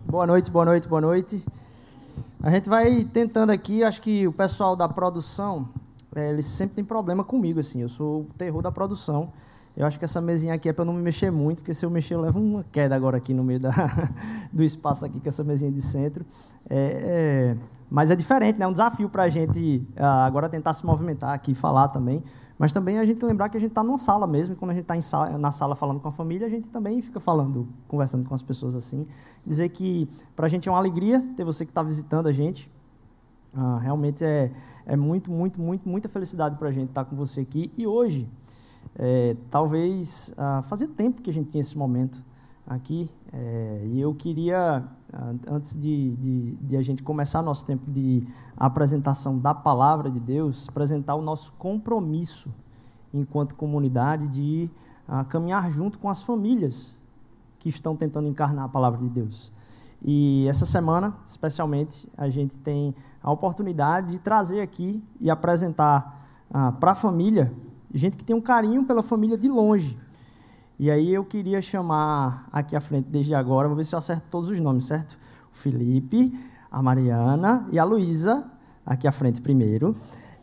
Boa noite, boa noite, boa noite. A gente vai tentando aqui, acho que o pessoal da produção, eles sempre têm problema comigo, assim, eu sou o terror da produção. Eu acho que essa mesinha aqui é para eu não me mexer muito, porque se eu mexer eu levo uma queda agora aqui no meio do espaço aqui, com essa mesinha de centro. Mas é diferente, né? É um desafio para a gente agora tentar se movimentar aqui, falar também. Mas também a gente lembrar que a gente está numa sala mesmo, e quando a gente está na sala falando com a família, a gente também fica falando, conversando com as pessoas assim. Dizer que para a gente é uma alegria ter você que está visitando a gente. Realmente é muita felicidade para a gente estar com você aqui. E hoje, talvez, fazia tempo que a gente tinha esse momento aqui, e eu queria, antes de a gente começar nosso tempo de apresentação da Palavra de Deus, apresentar o nosso compromisso enquanto comunidade de caminhar junto com as famílias que estão tentando encarnar a Palavra de Deus. E essa semana, especialmente, a gente tem a oportunidade de trazer aqui e apresentar para a família gente que tem um carinho pela família de longe. E aí eu queria chamar aqui à frente, desde agora, vou ver se eu acerto todos os nomes, certo? O Felipe, a Mariana e a Luísa, aqui à frente primeiro.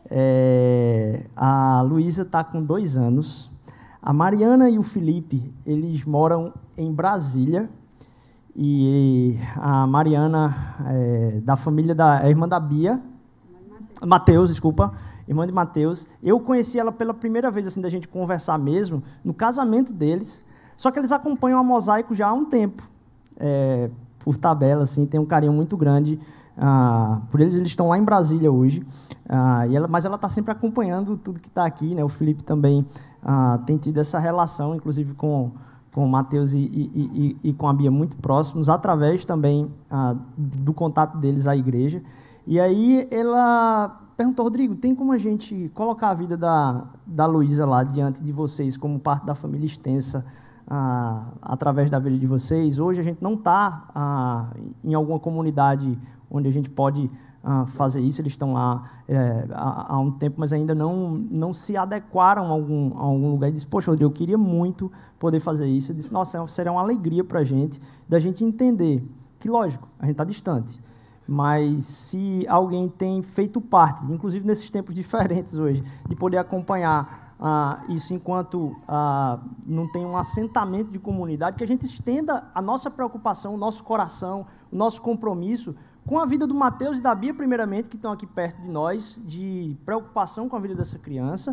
A Luísa está com 2 anos. A Mariana e o Felipe, eles moram em Brasília. E a Mariana da família é irmã da Bia. Mateus, desculpa. Irmã de Mateus. Eu conheci ela pela primeira vez, assim, da gente conversar mesmo, no casamento deles. Só que eles acompanham a Mosaico já há um tempo. Por tabela, assim, tem um carinho muito grande por eles. Eles estão lá em Brasília hoje. Mas ela está sempre acompanhando tudo que está aqui, né? O Felipe também tem tido essa relação, inclusive com o Mateus e com a Bia muito próximos, através também do contato deles à igreja. E aí ela perguntou: Rodrigo, tem como a gente colocar a vida da Luísa lá diante de vocês, como parte da família extensa, através da vida de vocês? Hoje a gente não está em alguma comunidade onde a gente pode fazer isso. Eles estão lá há um tempo, mas ainda não se adequaram a algum lugar. E disse: poxa, Rodrigo, eu queria muito poder fazer isso. Eu disse: nossa, seria uma alegria para a gente, da gente entender que, lógico, a gente está distante, mas se alguém tem feito parte, inclusive nesses tempos diferentes hoje, de poder acompanhar isso enquanto não tem um assentamento de comunidade, que a gente estenda a nossa preocupação, o nosso coração, o nosso compromisso com a vida do Mateus e da Bia, primeiramente, que estão aqui perto de nós, de preocupação com a vida dessa criança,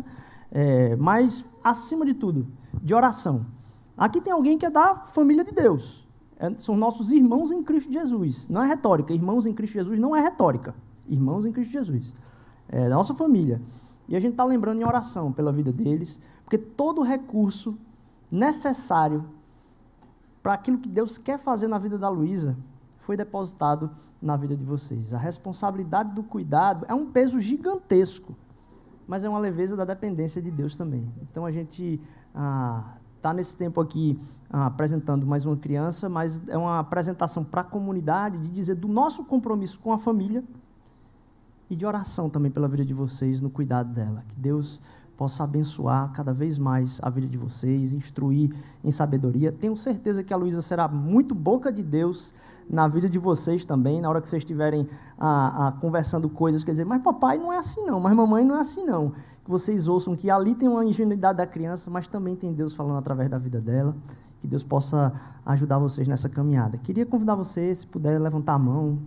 mas, acima de tudo, de oração. Aqui tem alguém que é da família de Deus. São nossos irmãos em Cristo Jesus. Não é retórica. Irmãos em Cristo Jesus não é retórica. Irmãos em Cristo Jesus. É da nossa família. E a gente está lembrando em oração pela vida deles, porque todo recurso necessário para aquilo que Deus quer fazer na vida da Luísa foi depositado na vida de vocês. A responsabilidade do cuidado é um peso gigantesco, mas é uma leveza da dependência de Deus também. Então a gente está nesse tempo aqui apresentando mais uma criança, mas é uma apresentação para a comunidade, de dizer do nosso compromisso com a família e de oração também pela vida de vocês, no cuidado dela. Que Deus possa abençoar cada vez mais a vida de vocês, instruir em sabedoria. Tenho certeza que a Luísa será muito boca de Deus na vida de vocês também, na hora que vocês estiverem conversando coisas, quer dizer: mas papai não é assim não, mas mamãe não é assim não. Que vocês ouçam que ali tem uma ingenuidade da criança, mas também tem Deus falando através da vida dela. Que Deus possa ajudar vocês nessa caminhada. Queria convidar vocês, se puder, levantar a mão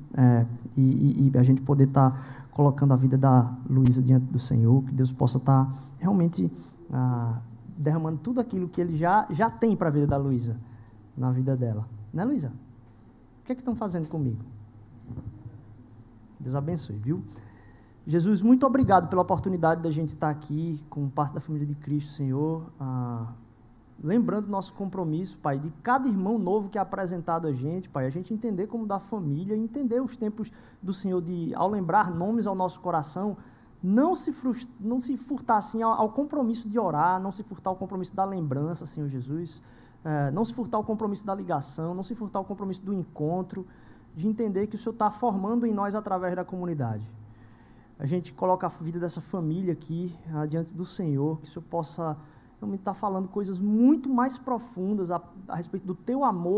e a gente poder estar colocando a vida da Luísa diante do Senhor. Que Deus possa estar realmente derramando tudo aquilo que Ele já tem para a vida da Luísa, na vida dela. Né, Luísa? O que é que estão fazendo comigo? Deus abençoe, viu? Jesus, muito obrigado pela oportunidade da gente estar aqui como parte da família de Cristo, Senhor. Lembrando do nosso compromisso, Pai, de cada irmão novo que é apresentado a gente, Pai, a gente entender como da família, entender os tempos do Senhor, ao lembrar nomes ao nosso coração, não se furtar assim ao compromisso de orar, não se furtar ao compromisso da lembrança, Senhor Jesus, não se furtar ao compromisso da ligação, não se furtar ao compromisso do encontro, de entender que o Senhor está formando em nós através da comunidade. A gente coloca a vida dessa família aqui diante do Senhor, que o Senhor possa realmente estar falando coisas muito mais profundas a respeito do Teu amor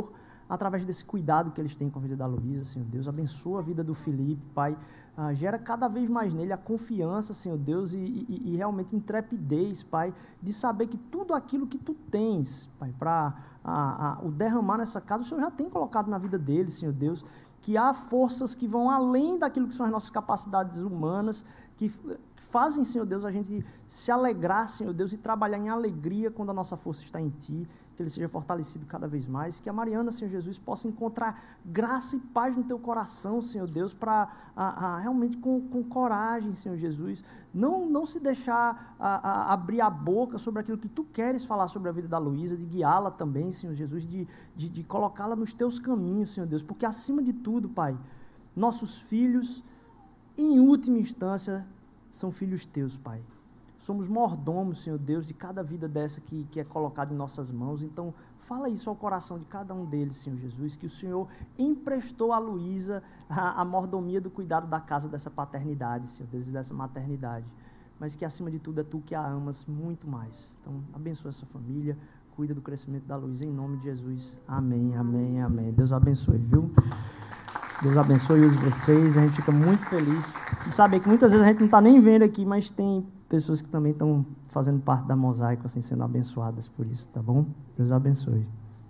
através desse cuidado que eles têm com a vida da Luísa, Senhor Deus. Abençoa a vida do Felipe, Pai. Gera cada vez mais nele a confiança, Senhor Deus, e realmente intrepidez, Pai, de saber que tudo aquilo que Tu tens, Pai, para o derramar nessa casa, o Senhor já tem colocado na vida dele, Senhor Deus, que há forças que vão além daquilo que são as nossas capacidades humanas, que fazem, Senhor Deus, a gente se alegrar, Senhor Deus, e trabalhar em alegria quando a nossa força está em Ti, que ele seja fortalecido cada vez mais, que a Mariana, Senhor Jesus, possa encontrar graça e paz no Teu coração, Senhor Deus, para realmente com coragem, Senhor Jesus, não se deixar abrir a boca sobre aquilo que Tu queres falar sobre a vida da Luísa, de guiá-la também, Senhor Jesus, de colocá-la nos Teus caminhos, Senhor Deus, porque acima de tudo, Pai, nossos filhos, em última instância, são filhos Teus, Pai. Somos mordomos, Senhor Deus, de cada vida dessa que é colocada em nossas mãos. Então, fala isso ao coração de cada um deles, Senhor Jesus, que o Senhor emprestou a Luísa a mordomia do cuidado da casa dessa paternidade, Senhor Deus, dessa maternidade. Mas que, acima de tudo, é Tu que a amas muito mais. Então, abençoa essa família, cuida do crescimento da Luísa, em nome de Jesus. Amém, amém, amém. Deus abençoe, viu? Deus abençoe vocês, a gente fica muito feliz de saber que muitas vezes a gente não está nem vendo aqui, mas tem pessoas que também estão fazendo parte da mosaico, assim, sendo abençoadas por isso, tá bom? Deus abençoe.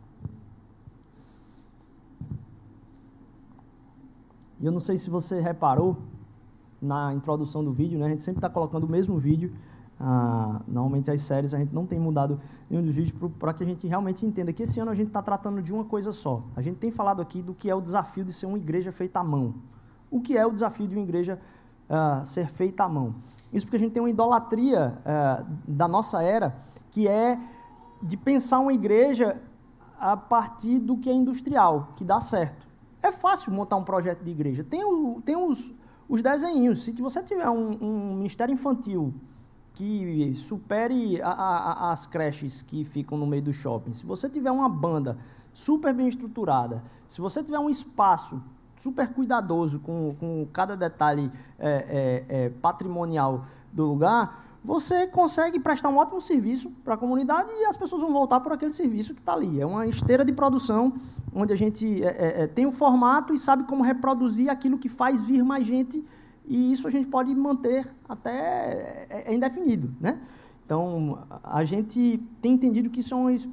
E eu não sei se você reparou na introdução do vídeo, né? A gente sempre está colocando o mesmo vídeo. Normalmente as séries a gente não tem mudado nenhum dos vídeos para que a gente realmente entenda que esse ano a gente está tratando de uma coisa só. A gente tem falado aqui do que é o desafio de ser uma igreja feita à mão. O que é o desafio de uma igreja ser feita à mão? Isso porque a gente tem uma idolatria da nossa era, que é de pensar uma igreja a partir do que é industrial, que dá certo. É fácil montar um projeto de igreja. Tem os desenhinhos. Se você tiver um ministério infantil que supere as creches que ficam no meio do shopping, se você tiver uma banda super bem estruturada, se você tiver um espaço super cuidadoso com cada detalhe patrimonial do lugar, você consegue prestar um ótimo serviço para a comunidade e as pessoas vão voltar por aquele serviço que está ali. É uma esteira de produção onde a gente tem o formato e sabe como reproduzir aquilo que faz vir mais gente, e isso a gente pode manter até indefinido, né? Então, a gente tem entendido que isso é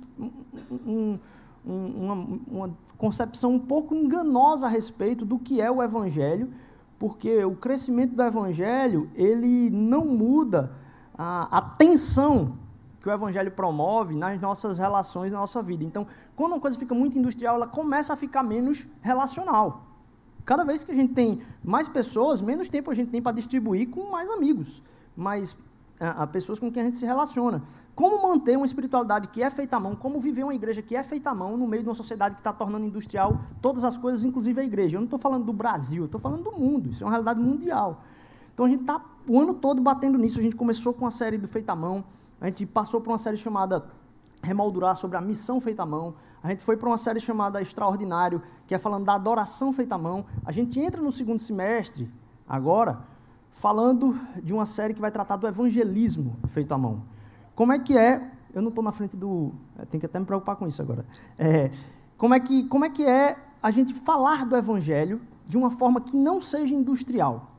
uma concepção um pouco enganosa a respeito do que é o Evangelho, porque o crescimento do Evangelho, ele não muda a tensão que o Evangelho promove nas nossas relações, na nossa vida. Então, quando uma coisa fica muito industrial, ela começa a ficar menos relacional. Cada vez que a gente tem mais pessoas, menos tempo a gente tem para distribuir com mais amigos, mais pessoas com quem a gente se relaciona. Como manter uma espiritualidade que é feita à mão, como viver uma igreja que é feita à mão no meio de uma sociedade que está tornando industrial todas as coisas, inclusive a igreja. Eu não estou falando do Brasil, eu estou falando do mundo, isso é uma realidade mundial. Então a gente está o ano todo batendo nisso. A gente começou com a série do Feita à Mão, a gente passou por uma série chamada Remoldurar, sobre a missão feita à mão, a gente foi para uma série chamada Extraordinário, que é falando da adoração feita à mão. A gente entra no segundo semestre, agora, falando de uma série que vai tratar do evangelismo feito à mão. Como é que é... Eu não estou na frente do... Tenho que até me preocupar com isso agora. Como é que é a gente falar do evangelho de uma forma que não seja industrial?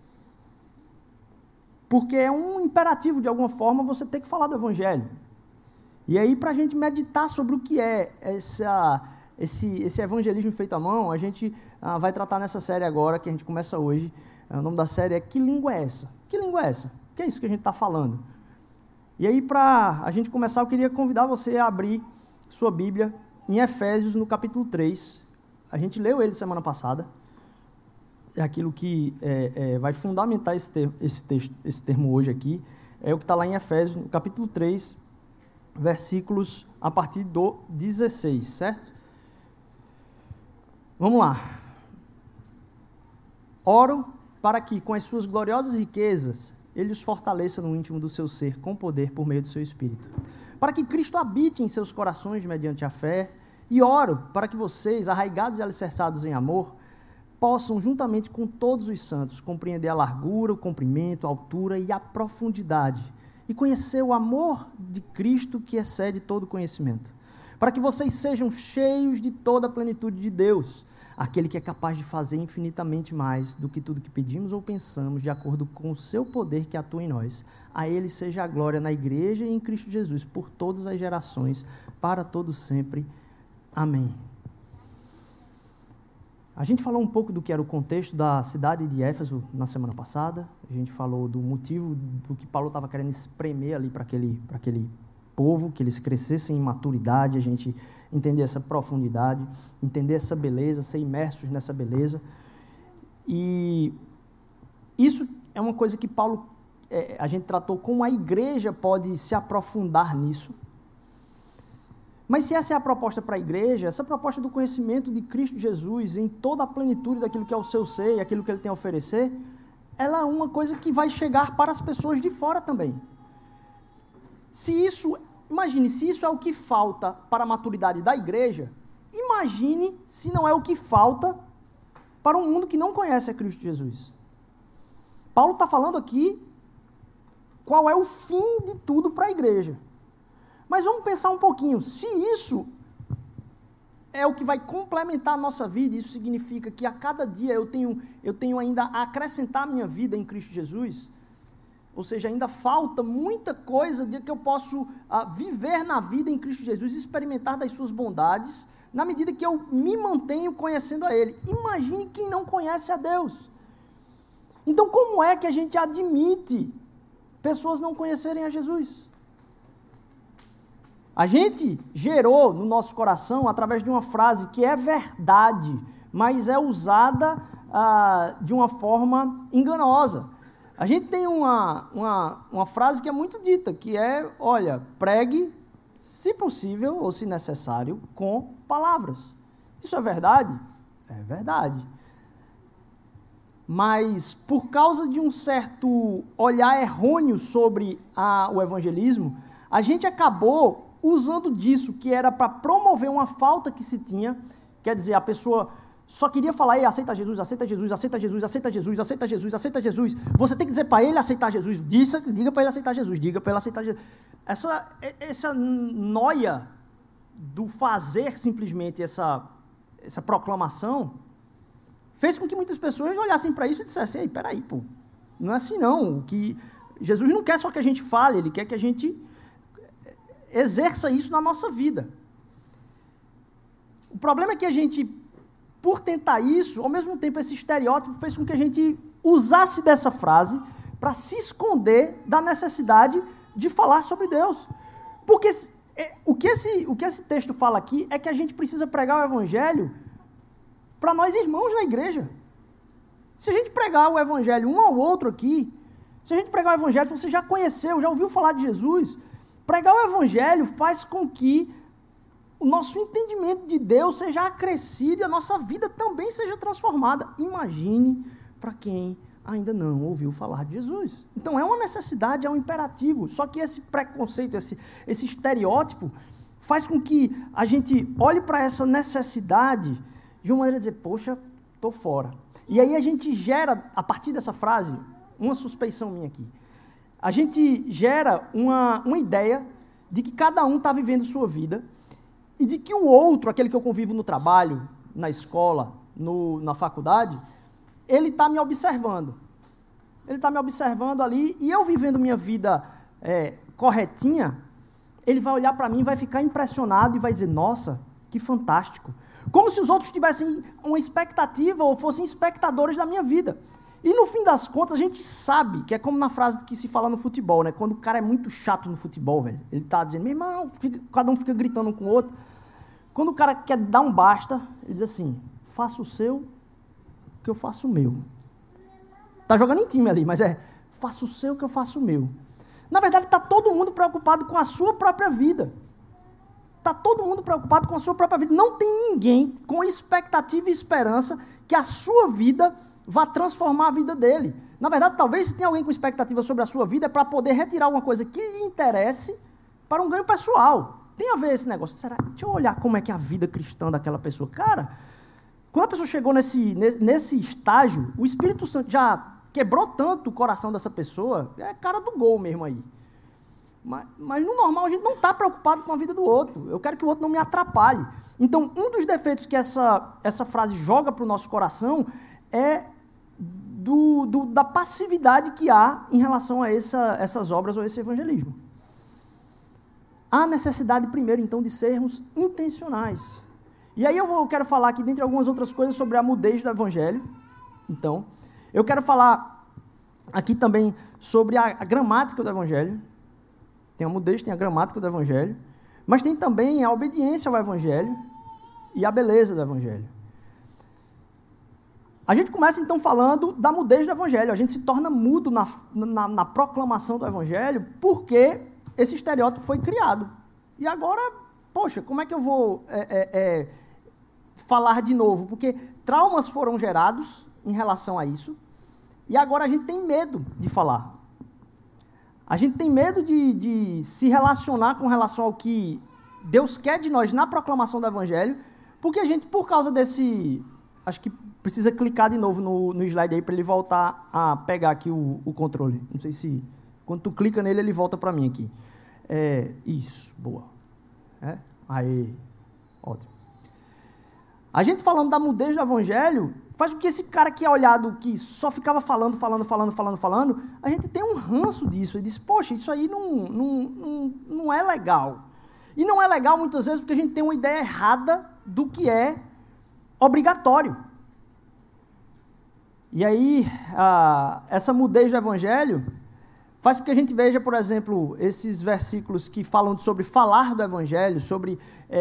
Porque é um imperativo, de alguma forma, você ter que falar do evangelho. E aí, para a gente meditar sobre o que é esse evangelismo feito à mão, a gente vai tratar nessa série agora, que a gente começa hoje. O nome da série é Que Língua é Essa? Que língua é essa? O que é isso que a gente está falando? E aí, para a gente começar, eu queria convidar você a abrir sua Bíblia em Efésios, no capítulo 3. A gente leu ele semana passada. É aquilo que vai fundamentar esse termo hoje aqui. É o que está lá em Efésios, no capítulo 3, versículos a partir do 16, certo? Vamos lá. Oro para que, com as suas gloriosas riquezas, Ele os fortaleça no íntimo do seu ser, com poder por meio do seu Espírito, para que Cristo habite em seus corações mediante a fé, e oro para que vocês, arraigados e alicerçados em amor, possam, juntamente com todos os santos, compreender a largura, o comprimento, a altura e a profundidade, e conhecer o amor de Cristo que excede todo conhecimento, para que vocês sejam cheios de toda a plenitude de Deus, aquele que é capaz de fazer infinitamente mais do que tudo que pedimos ou pensamos, de acordo com o seu poder que atua em nós. A Ele seja a glória na igreja e em Cristo Jesus, por todas as gerações, para todos sempre. Amém. A gente falou um pouco do que era o contexto da cidade de Éfeso na semana passada. A gente falou do motivo do que Paulo estava querendo espremer ali para aquele povo, que eles crescessem em maturidade, a gente entender essa profundidade, entender essa beleza, ser imersos nessa beleza. E isso é uma coisa que Paulo, a gente tratou como a igreja pode se aprofundar nisso. Mas se essa é a proposta para a igreja, essa proposta do conhecimento de Cristo Jesus em toda a plenitude daquilo que é o seu ser e aquilo que ele tem a oferecer, ela é uma coisa que vai chegar para as pessoas de fora também. Imagine, se isso é o que falta para a maturidade da igreja, imagine se não é o que falta para um mundo que não conhece a Cristo Jesus. Paulo está falando aqui qual é o fim de tudo para a igreja. Mas vamos pensar um pouquinho, se isso é o que vai complementar a nossa vida, isso significa que a cada dia eu tenho ainda a acrescentar a minha vida em Cristo Jesus, ou seja, ainda falta muita coisa de que eu posso viver na vida em Cristo Jesus, experimentar das suas bondades, na medida que eu me mantenho conhecendo a Ele. Imagine quem não conhece a Deus. Então, como é que a gente admite pessoas não conhecerem a Jesus? A gente gerou no nosso coração, através de uma frase que é verdade, mas é usada de uma forma enganosa. A gente tem uma frase que é muito dita, que é, olha, pregue, se possível ou se necessário, com palavras. Isso é verdade? É verdade. Mas, por causa de um certo olhar errôneo sobre o evangelismo, a gente acabou usando disso, que era para promover uma falta que se tinha, quer dizer, a pessoa só queria falar, ei, aceita Jesus, aceita Jesus, aceita Jesus, aceita Jesus, aceita Jesus, aceita Jesus. Você tem que dizer para ele aceitar Jesus, diga para ele aceitar Jesus, diga para ele aceitar Jesus. Essa noia do fazer simplesmente essa proclamação, fez com que muitas pessoas olhassem para isso e dissessem, ei, peraí, pô, não é assim não, que Jesus não quer só que a gente fale, Ele quer que a gente exerça isso na nossa vida. O problema é que a gente, por tentar isso, ao mesmo tempo esse estereótipo fez com que a gente usasse dessa frase para se esconder da necessidade de falar sobre Deus. Porque o que esse texto fala aqui é que a gente precisa pregar o evangelho para nós irmãos na igreja. Se a gente pregar o evangelho um ao outro aqui, se a gente pregar o evangelho, você já conheceu, já ouviu falar de Jesus, pregar o evangelho faz com que o nosso entendimento de Deus seja acrescido e a nossa vida também seja transformada. Imagine para quem ainda não ouviu falar de Jesus. Então é uma necessidade, é um imperativo. Só que esse preconceito, esse estereótipo, faz com que a gente olhe para essa necessidade de uma maneira de dizer, poxa, estou fora. E aí a gente gera, a partir dessa frase, uma suspeição minha aqui. A gente gera uma ideia de que cada um está vivendo sua vida e de que o outro, aquele que eu convivo no trabalho, na escola, na faculdade, ele está me observando. Ele está me observando ali e eu vivendo minha vida corretinha, ele vai olhar para mim, vai ficar impressionado e vai dizer, nossa, que fantástico. Como se os outros tivessem uma expectativa ou fossem espectadores da minha vida. E no fim das contas, a gente sabe, que é como na frase que se fala no futebol, né? Quando o cara é muito chato no futebol, velho, ele tá dizendo, meu irmão, cada um fica gritando um com o outro. Quando o cara quer dar um basta, ele diz assim, faça o seu, que eu faço o meu. Tá jogando em time ali, mas faça o seu, que eu faço o meu. Na verdade, está todo mundo preocupado com a sua própria vida. Está todo mundo preocupado com a sua própria vida. Não tem ninguém com expectativa e esperança que a sua vida vá transformar a vida dele. Na verdade, talvez se tem alguém com expectativa sobre a sua vida, é para poder retirar alguma coisa que lhe interesse para um ganho pessoal. Tem a ver esse negócio. Será? Deixa eu olhar como é que é a vida cristã daquela pessoa. Cara, quando a pessoa chegou nesse estágio, o Espírito Santo já quebrou tanto o coração dessa pessoa, é cara do gol mesmo aí. Mas no normal a gente não está preocupado com a vida do outro. Eu quero que o outro não me atrapalhe. Então, um dos defeitos que essa frase joga para o nosso coração é da passividade que há em relação a essas obras ou esse evangelismo. Há necessidade, primeiro, então, de sermos intencionais. E aí eu quero falar aqui, dentre algumas outras coisas, sobre a mudez do evangelho. Então, eu quero falar aqui também sobre a gramática do evangelho. Tem a mudez, tem a gramática do evangelho. Mas tem também a obediência ao evangelho e a beleza do evangelho. A gente começa, então, falando da mudez do evangelho. A gente se torna mudo na proclamação do evangelho porque esse estereótipo foi criado. E agora, poxa, como é que eu vou falar de novo? Porque traumas foram gerados em relação a isso, e agora a gente tem medo de falar. A gente tem medo de se relacionar com relação ao que Deus quer de nós na proclamação do evangelho, porque a gente, por causa desse... Acho que precisa clicar de novo no slide aí para ele voltar a pegar aqui o controle. Não sei se... Quando tu clica nele, ele volta para mim aqui. Isso, boa. Aí, ótimo. A gente falando da mudez do evangelho, faz com que esse cara que é olhado, que só ficava falando, a gente tem um ranço disso. Ele diz, poxa, isso aí não é legal. E não é legal muitas vezes porque a gente tem uma ideia errada do que é obrigatório. E aí, essa mudez do evangelho faz com que a gente veja, por exemplo, esses versículos que falam sobre falar do evangelho, sobre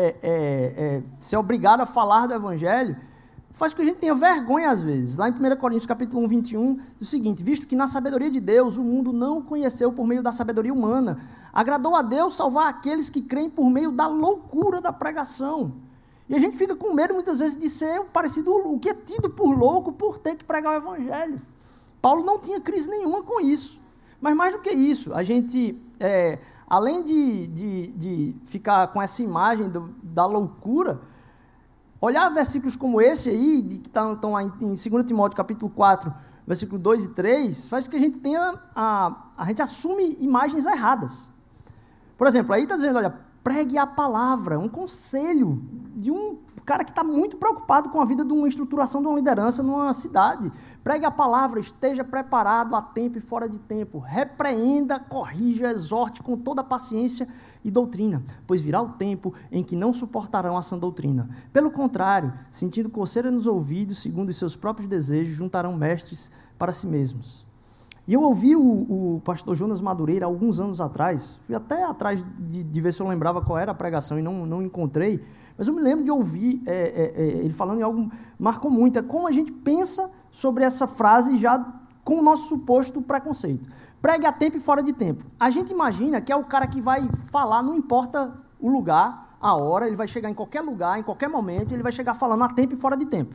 ser obrigado a falar do evangelho, faz com que a gente tenha vergonha às vezes. Lá em 1 Coríntios capítulo 1, 21, diz o seguinte: visto que na sabedoria de Deus o mundo não o conheceu por meio da sabedoria humana, agradou a Deus salvar aqueles que creem por meio da loucura da pregação. E a gente fica com medo muitas vezes de ser parecido o que é tido por louco por ter que pregar o evangelho. Paulo não tinha crise nenhuma com isso. Mas mais do que isso, a gente, além de ficar com essa imagem da loucura, olhar versículos como esse aí, que estão em 2 Timóteo capítulo 4, versículo 2 e 3, faz com que a gente tenha, a gente assume imagens erradas. Por exemplo, aí está dizendo, olha, pregue a palavra, um conselho de um cara que está muito preocupado com a vida de uma estruturação de uma liderança numa cidade. Pregue a palavra, esteja preparado a tempo e fora de tempo. Repreenda, corrija, exorte com toda paciência e doutrina, pois virá o tempo em que não suportarão a sã doutrina. Pelo contrário, sentindo coceira nos ouvidos, segundo os seus próprios desejos, juntarão mestres para si mesmos. E eu ouvi o pastor Jonas Madureira alguns anos atrás, fui até atrás de ver se eu lembrava qual era a pregação e não encontrei, mas eu me lembro de ouvir ele falando em algo que marcou muito, é como a gente pensa sobre essa frase já com o nosso suposto preconceito. Pregue a tempo e fora de tempo. A gente imagina que é o cara que vai falar, não importa o lugar, a hora, ele vai chegar em qualquer lugar, em qualquer momento, ele vai chegar falando a tempo e fora de tempo.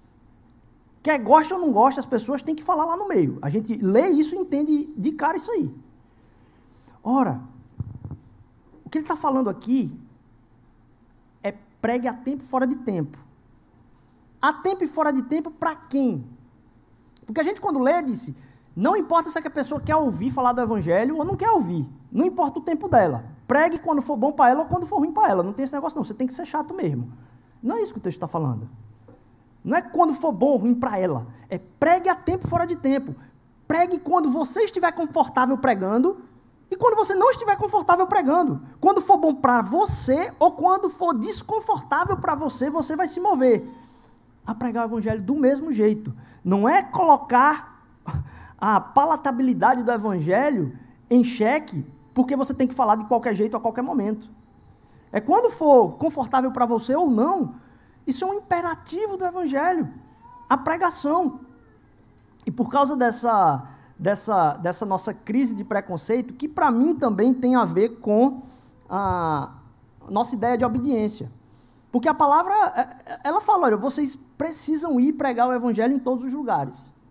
Quer gosta ou não gosta, as pessoas têm que falar lá no meio. A gente lê isso e entende de cara isso aí. Ora, o que ele está falando aqui é pregue a tempo e fora de tempo. A tempo e fora de tempo para quem? Porque a gente quando lê disse, não importa se é que a pessoa quer ouvir falar do evangelho ou não quer ouvir. Não importa o tempo dela. Pregue quando for bom para ela ou quando for ruim para ela. Não tem esse negócio não, você tem que ser chato mesmo. Não é isso que o texto está falando. Não é quando for bom ou ruim para ela. É pregue a tempo fora de tempo. Pregue quando você estiver confortável pregando e quando você não estiver confortável pregando. Quando for bom para você ou quando for desconfortável para você, você vai se mover a pregar o evangelho do mesmo jeito. Não é colocar a palatabilidade do evangelho em xeque porque você tem que falar de qualquer jeito a qualquer momento. É quando for confortável para você ou não. Isso é um imperativo do evangelho, a pregação. E por causa dessa nossa crise de preconceito, que para mim também tem a ver com a nossa ideia de obediência. Porque a palavra, ela fala, olha, vocês precisam ir pregar o evangelho em todos os lugares.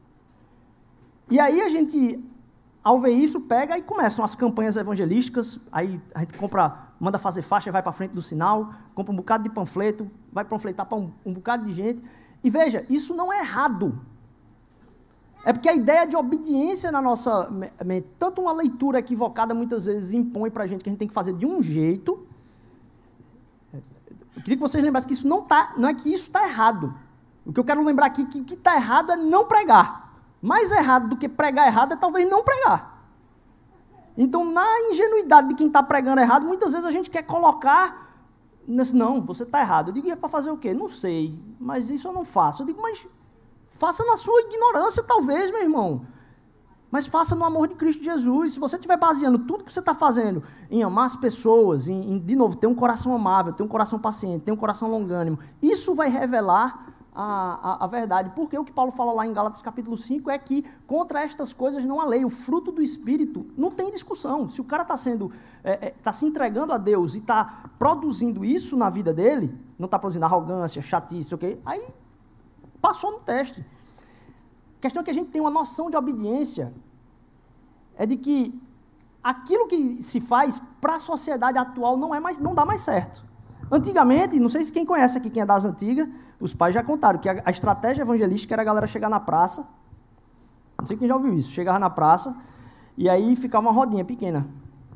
E aí a gente, ao ver isso, pega e começam as campanhas evangelísticas, aí a gente manda fazer faixa, vai para frente do sinal, compra um bocado de panfleto, vai panfletar para um bocado de gente. E veja, isso não é errado. É porque a ideia de obediência na nossa mente, tanto uma leitura equivocada muitas vezes impõe para a gente que a gente tem que fazer de um jeito. Eu queria que vocês lembrassem que isso não é que isso está errado. O que eu quero lembrar aqui que está errado é não pregar. Mais errado do que pregar errado é talvez não pregar. Então, na ingenuidade de quem está pregando errado, muitas vezes a gente quer colocar, não, você está errado. Eu digo, e é para fazer o quê? Não sei, mas isso eu não faço. Eu digo, mas faça na sua ignorância, talvez, meu irmão. Mas faça no amor de Cristo Jesus. Se você estiver baseando tudo que você está fazendo em amar as pessoas, de novo, ter um coração amável, ter um coração paciente, ter um coração longânimo, isso vai revelar a verdade. Porque o que Paulo fala lá em Gálatas capítulo 5 é que contra estas coisas não há lei. O fruto do Espírito não tem discussão. Se o cara está se entregando a Deus e está produzindo isso na vida dele, não está produzindo arrogância, chatice, ok? Aí passou no teste. A questão é que a gente tem uma noção de obediência, é de que aquilo que se faz para a sociedade atual não dá mais certo. Antigamente, não sei se quem conhece aqui, quem é das antigas, os pais já contaram que a estratégia evangelística era a galera chegar na praça, não sei quem já ouviu isso, chegava na praça e aí ficava uma rodinha pequena.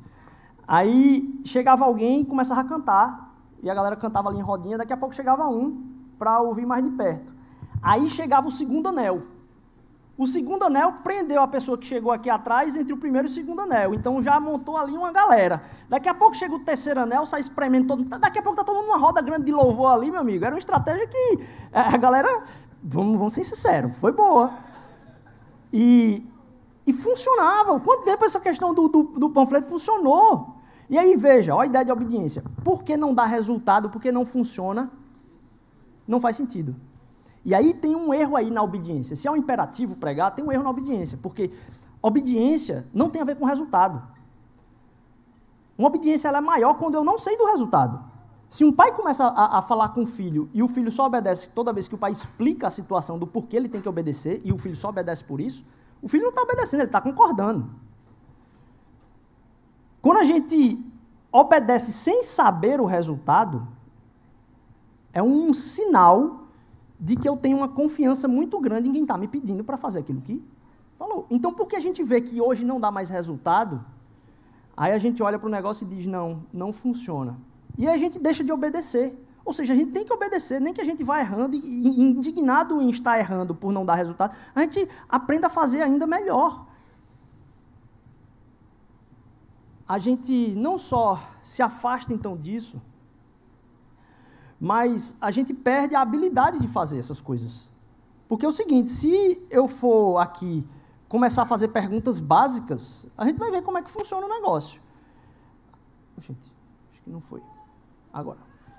Aí chegava alguém e começava a cantar, e a galera cantava ali em rodinha, daqui a pouco chegava um para ouvir mais de perto. Aí chegava o segundo anel. O segundo anel prendeu a pessoa que chegou aqui atrás entre o primeiro e o segundo anel. Então já montou ali uma galera. Daqui a pouco chega o terceiro anel, sai espremendo todo mundo. Daqui a pouco está todo mundo numa roda grande de louvor ali, meu amigo. Era uma estratégia que a galera, vamos ser sinceros, foi boa. E funcionava. Quanto tempo essa questão do panfleto funcionou? E aí, veja, olha a ideia de obediência. Por que não dá resultado? Por que não funciona? Não faz sentido. E aí tem um erro aí na obediência. Se é um imperativo pregar, tem um erro na obediência, porque obediência não tem a ver com resultado. Uma obediência ela é maior quando eu não sei do resultado. Se um pai começa a falar com o filho e o filho só obedece toda vez que o pai explica a situação do porquê ele tem que obedecer e o filho só obedece por isso, o filho não está obedecendo, ele está concordando. Quando a gente obedece sem saber o resultado, é um sinal de que eu tenho uma confiança muito grande em quem está me pedindo para fazer aquilo que falou. Então, por que a gente vê que hoje não dá mais resultado, aí a gente olha para o negócio e diz, não funciona. E aí a gente deixa de obedecer. Ou seja, a gente tem que obedecer, nem que a gente vá errando, e indignado em estar errando por não dar resultado, a gente aprenda a fazer ainda melhor. A gente não só se afasta, então, disso, mas a gente perde a habilidade de fazer essas coisas. Porque é o seguinte, se eu for aqui começar a fazer perguntas básicas, a gente vai ver como é que funciona o negócio. Gente, acho que não foi. Agora.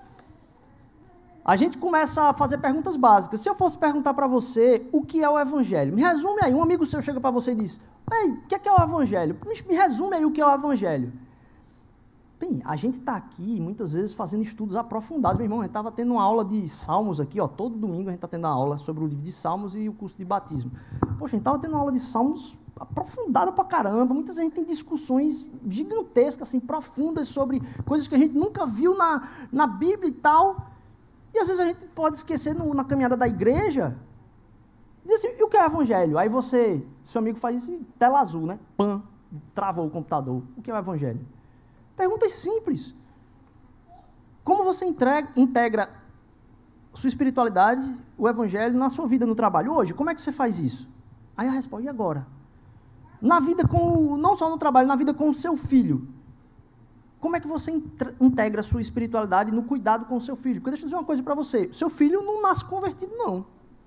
A gente começa a fazer perguntas básicas. Se eu fosse perguntar para você o que é o Evangelho, me resume aí. Um amigo seu chega para você e diz, ei, o que é o Evangelho? Me resume aí o que é o Evangelho. Bem, a gente está aqui, muitas vezes, fazendo estudos aprofundados. Meu irmão, a gente estava tendo uma aula de Salmos aqui, ó, todo domingo a gente está tendo uma aula sobre o livro de Salmos e o curso de batismo. Poxa, a gente estava tendo uma aula de Salmos aprofundada pra caramba. Muitas vezes a gente tem discussões gigantescas, assim, profundas sobre coisas que a gente nunca viu na Bíblia e tal. E às vezes a gente pode esquecer na caminhada da igreja. E diz assim, e o que é o Evangelho? Aí seu amigo faz isso, tela azul, né? Pã, travou o computador. O que é o Evangelho? Perguntas simples. Como você integra sua espiritualidade, o Evangelho, na sua vida no trabalho hoje? Como é que você faz isso? Aí a resposta, e agora? Na vida não só no trabalho, na vida com o seu filho. Como é que você integra a sua espiritualidade no cuidado com o seu filho? Porque deixa eu dizer uma coisa para você, seu filho não nasce convertido, não.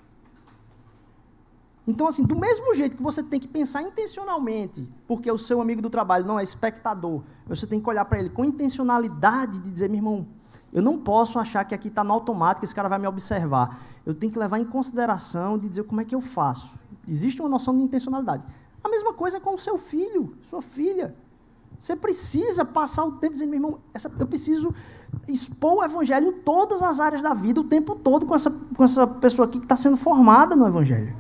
Então, assim, do mesmo jeito que você tem que pensar intencionalmente, porque o seu amigo do trabalho não é espectador, você tem que olhar para ele com intencionalidade de dizer, meu irmão, eu não posso achar que aqui está no automático, esse cara vai me observar. Eu tenho que levar em consideração de dizer como é que eu faço. Existe uma noção de intencionalidade. A mesma coisa com o seu filho, sua filha. Você precisa passar o tempo dizendo, meu irmão, eu preciso expor o Evangelho em todas as áreas da vida, o tempo todo com essa pessoa aqui que está sendo formada no Evangelho.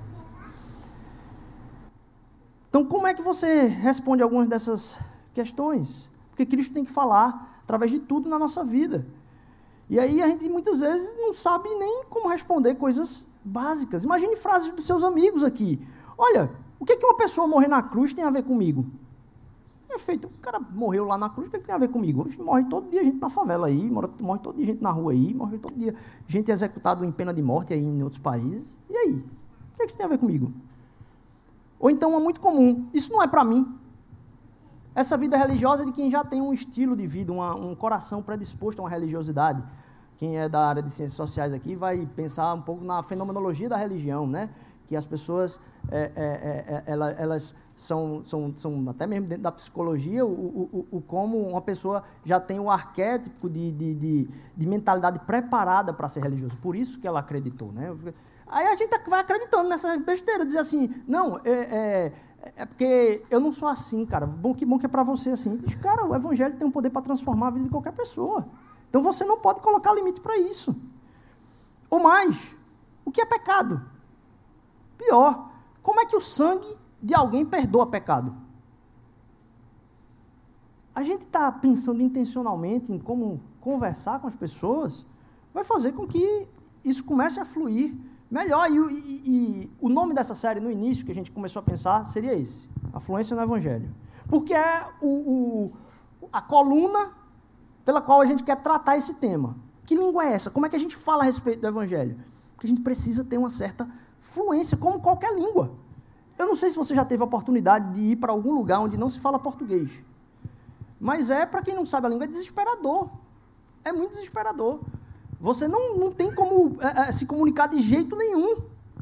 Então, como é que você responde algumas dessas questões? Porque Cristo tem que falar através de tudo na nossa vida. E aí a gente muitas vezes não sabe nem como responder coisas básicas. Imagine frases dos seus amigos aqui. Olha, o que uma pessoa morrer na cruz tem a ver comigo? Perfeito, o cara morreu lá na cruz, o que tem a ver comigo? Hoje morre todo dia gente na favela aí, morre todo dia gente na rua aí, morre todo dia gente executada em pena de morte aí em outros países. E aí? O que isso tem a ver comigo? Ou então é muito comum, isso não é para mim. Essa vida religiosa é de quem já tem um estilo de vida, um coração predisposto a uma religiosidade. Quem é da área de ciências sociais aqui vai pensar um pouco na fenomenologia da religião, né? Que as pessoas, elas são, até mesmo dentro da psicologia, como uma pessoa já tem o arquétipo de mentalidade preparada para ser religioso. Por isso que ela acreditou, né? Aí a gente vai acreditando nessa besteira, dizer assim, não, porque eu não sou assim, cara. Que bom que é para você assim. Diz, cara, o evangelho tem um poder para transformar a vida de qualquer pessoa. Então você não pode colocar limite para isso. Ou mais, o que é pecado? Pior, como é que o sangue de alguém perdoa pecado? A gente está pensando intencionalmente em como conversar com as pessoas, vai fazer com que isso comece a fluir melhor. E o nome dessa série, no início, que a gente começou a pensar, seria esse, a fluência no Evangelho. Porque é a coluna pela qual a gente quer tratar esse tema. Que língua é essa? Como é que a gente fala a respeito do Evangelho? Porque a gente precisa ter uma certa fluência, como qualquer língua. Eu não sei se você já teve a oportunidade de ir para algum lugar onde não se fala português. Mas para quem não sabe a língua, é desesperador. É muito desesperador. Você não tem como se comunicar de jeito nenhum.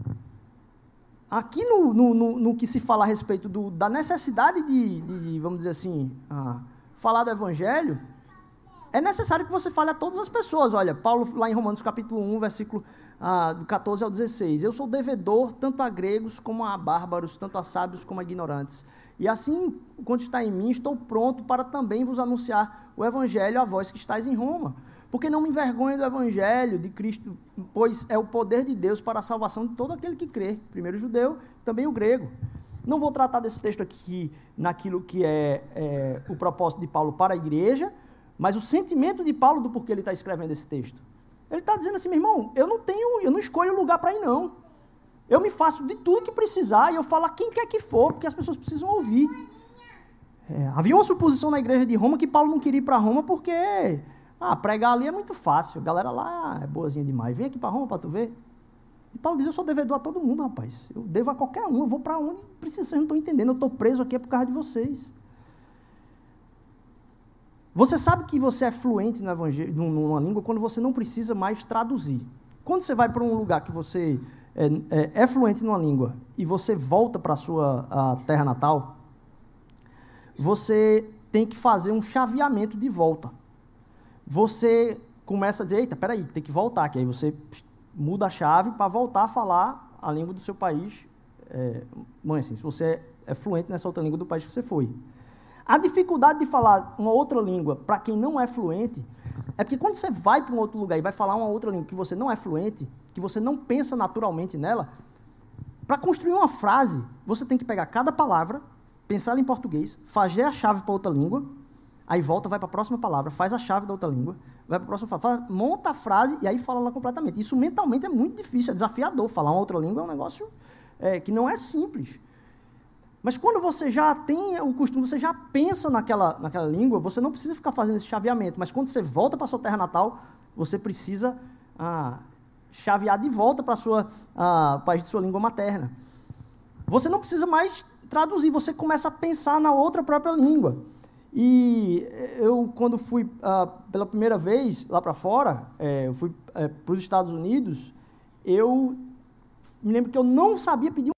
Aqui no que se fala a respeito da necessidade de, vamos dizer assim, falar do Evangelho, é necessário que você fale a todas as pessoas. Olha, Paulo, lá em Romanos capítulo 1, versículo do 14 ao 16. Eu sou devedor tanto a gregos como a bárbaros, tanto a sábios como a ignorantes. E assim, quando está em mim, estou pronto para também vos anunciar o Evangelho a vós que estáis em Roma. Porque não me envergonho do Evangelho de Cristo, pois é o poder de Deus para a salvação de todo aquele que crê. Primeiro o judeu, também o grego. Não vou tratar desse texto aqui naquilo que é o propósito de Paulo para a igreja, mas o sentimento de Paulo do porquê ele está escrevendo esse texto. Ele está dizendo assim, meu irmão, eu não escolho lugar para ir, não. Eu me faço de tudo que precisar e eu falo a quem quer que for, porque as pessoas precisam ouvir. Havia uma suposição na igreja de Roma que Paulo não queria ir para Roma porque pregar ali é muito fácil, a galera lá é boazinha demais, vem aqui para Roma para tu ver. E Paulo diz, eu sou devedor a todo mundo, rapaz. Eu devo a qualquer um, eu vou para onde precisa, vocês não estão entendendo, eu estou preso aqui por causa de vocês. Você sabe que você é fluente no evangelho, numa língua quando você não precisa mais traduzir. Quando você vai para um lugar que você é fluente numa língua e você volta para a sua terra natal, você tem que fazer um chaveamento de volta. Você começa a dizer, eita, peraí, tem que voltar, que aí você muda a chave para voltar a falar a língua do seu país. Assim, se você é fluente nessa outra língua do país que você foi. A dificuldade de falar uma outra língua para quem não é fluente é porque quando você vai para um outro lugar e vai falar uma outra língua que você não é fluente, que você não pensa naturalmente nela, para construir uma frase, você tem que pegar cada palavra, pensar ela em português, fazer a chave para outra língua, aí volta, vai para a próxima palavra, faz a chave da outra língua, vai para a próxima palavra, monta a frase e aí fala ela completamente. Isso mentalmente é muito difícil, é desafiador. Falar uma outra língua é um negócio que não é simples. Mas quando você já tem o costume, você já pensa naquela língua, você não precisa ficar fazendo esse chaveamento. Mas quando você volta para a sua terra natal, você precisa chavear de volta para o país de sua língua materna. Você não precisa mais traduzir, você começa a pensar na outra própria língua. E eu, quando fui pela primeira vez lá para fora, eu fui para os Estados Unidos, eu me lembro que eu não sabia pedir